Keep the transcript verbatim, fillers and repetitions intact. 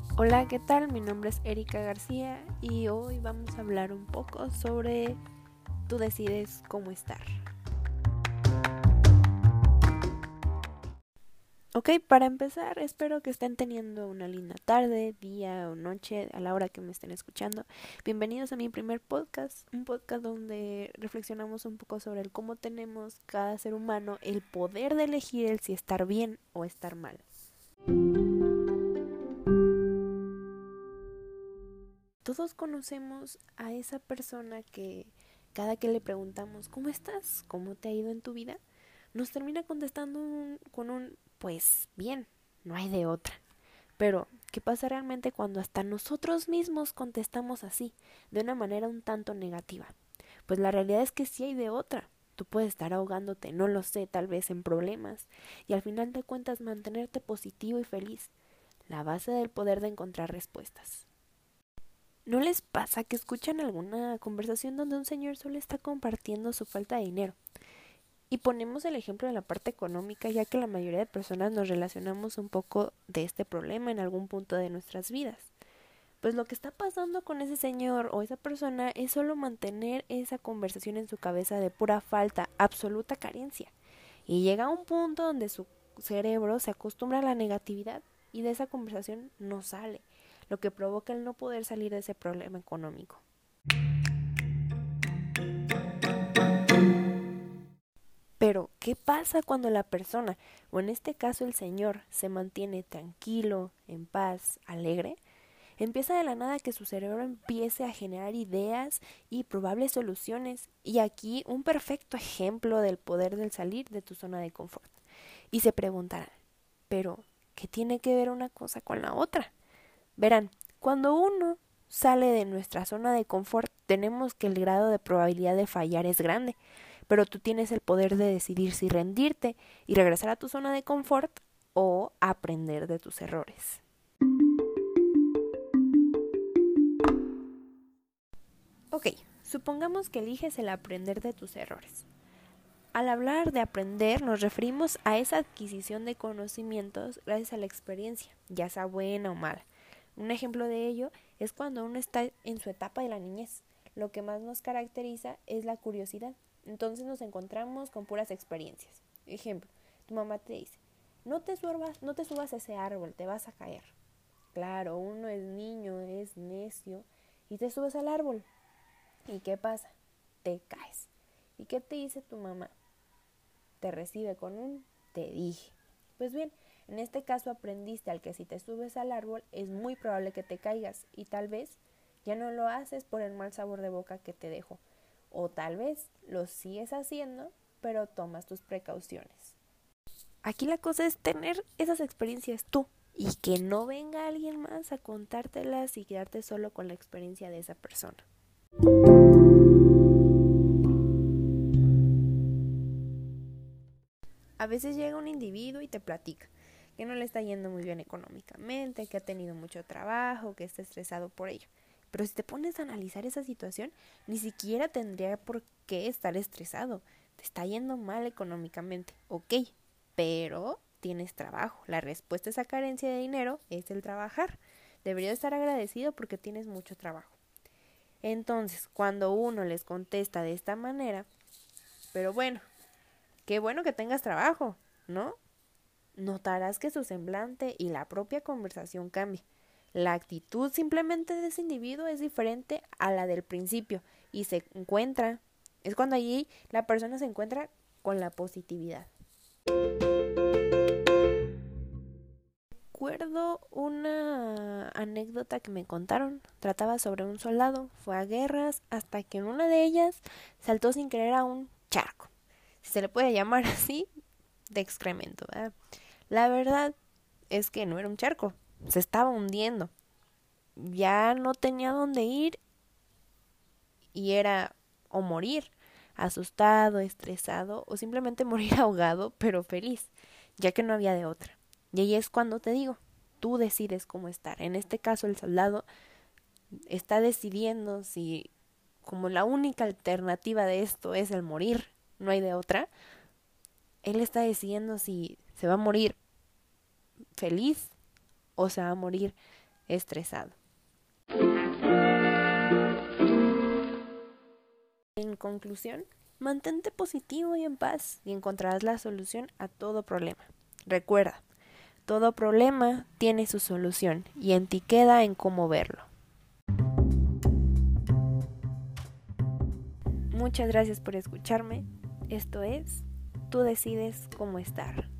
Hola, ¿qué tal? Mi nombre es Erika García y hoy vamos a hablar un poco sobre tú decides cómo estar. Ok, para empezar, espero que estén teniendo una linda tarde, día o noche a la hora que me estén escuchando. Bienvenidos a mi primer podcast, un podcast donde reflexionamos un poco sobre el cómo tenemos cada ser humano el poder de elegir el si estar bien o estar mal. Todos conocemos a esa persona que cada que le preguntamos ¿cómo estás? ¿Cómo te ha ido en tu vida? Nos termina contestando un, con un pues bien, no hay de otra. Pero, ¿qué pasa realmente cuando hasta nosotros mismos contestamos así, de una manera un tanto negativa? Pues la realidad es que sí hay de otra. Tú puedes estar ahogándote, no lo sé, tal vez en problemas, y al final de cuentas mantenerte positivo y feliz, la base del poder de encontrar respuestas. ¿No les pasa que escuchan alguna conversación donde un señor solo está compartiendo su falta de dinero? Y ponemos el ejemplo de la parte económica, ya que la mayoría de personas nos relacionamos un poco de este problema en algún punto de nuestras vidas. Pues lo que está pasando con ese señor o esa persona es solo mantener esa conversación en su cabeza de pura falta, absoluta carencia. Y llega a un punto donde su cerebro se acostumbra a la negatividad y de esa conversación no sale, lo que provoca el no poder salir de ese problema económico. Pero, ¿qué pasa cuando la persona, o en este caso el señor, se mantiene tranquilo, en paz, alegre? Empieza de la nada que su cerebro empiece a generar ideas y probables soluciones. Y aquí un perfecto ejemplo del poder del salir de tu zona de confort. Y se preguntarán, ¿pero qué tiene que ver una cosa con la otra? Verán, cuando uno sale de nuestra zona de confort, tenemos que el grado de probabilidad de fallar es grande, pero tú tienes el poder de decidir si rendirte y regresar a tu zona de confort o aprender de tus errores. Ok, supongamos que eliges el aprender de tus errores. Al hablar de aprender nos referimos a esa adquisición de conocimientos gracias a la experiencia, ya sea buena o mala. Un ejemplo de ello es cuando uno está en su etapa de la niñez. Lo que más nos caracteriza es la curiosidad. Entonces nos encontramos con puras experiencias. Ejemplo, tu mamá te dice, no te subas, no te subas a ese árbol, te vas a caer. Claro, uno es niño, es necio y te subes al árbol. ¿Y qué pasa? Te caes. ¿Y qué te dice tu mamá? Te recibe con un te dije. Pues bien, en este caso aprendiste al que si te subes al árbol es muy probable que te caigas y tal vez ya no lo haces por el mal sabor de boca que te dejó. O tal vez lo sigues haciendo, pero tomas tus precauciones. Aquí la cosa es tener esas experiencias tú y que no venga alguien más a contártelas y quedarte solo con la experiencia de esa persona. A veces llega un individuo y te platica que no le está yendo muy bien económicamente, que ha tenido mucho trabajo, que está estresado por ello. Pero si te pones a analizar esa situación, ni siquiera tendría por qué estar estresado. Te está yendo mal económicamente, ok, pero tienes trabajo. La respuesta a esa carencia de dinero es el trabajar. Deberías estar agradecido porque tienes mucho trabajo. Entonces, cuando uno les contesta de esta manera, pero bueno, qué bueno que tengas trabajo, ¿no? Notarás que su semblante y la propia conversación cambia. La actitud simplemente de ese individuo es diferente a la del principio y se encuentra, es cuando allí la persona se encuentra con la positividad. Recuerdo una anécdota que me contaron, trataba sobre un soldado, fue a guerras hasta que en una de ellas saltó sin querer a un charco, si se le puede llamar así, de excremento, ¿verdad? La verdad es que no era un charco, se estaba hundiendo. Ya no tenía dónde ir y era o morir asustado, estresado o simplemente morir ahogado, pero feliz, ya que no había de otra. Y ahí es cuando te digo, tú decides cómo estar. En este caso el soldado está decidiendo si como la única alternativa de esto es el morir, no hay de otra. Él está decidiendo si se va a morir feliz o se va a morir estresado. En conclusión, mantente positivo y en paz y encontrarás la solución a todo problema. Recuerda, todo problema tiene su solución y en ti queda en cómo verlo. Muchas gracias por escucharme. Esto es, tú decides cómo estar.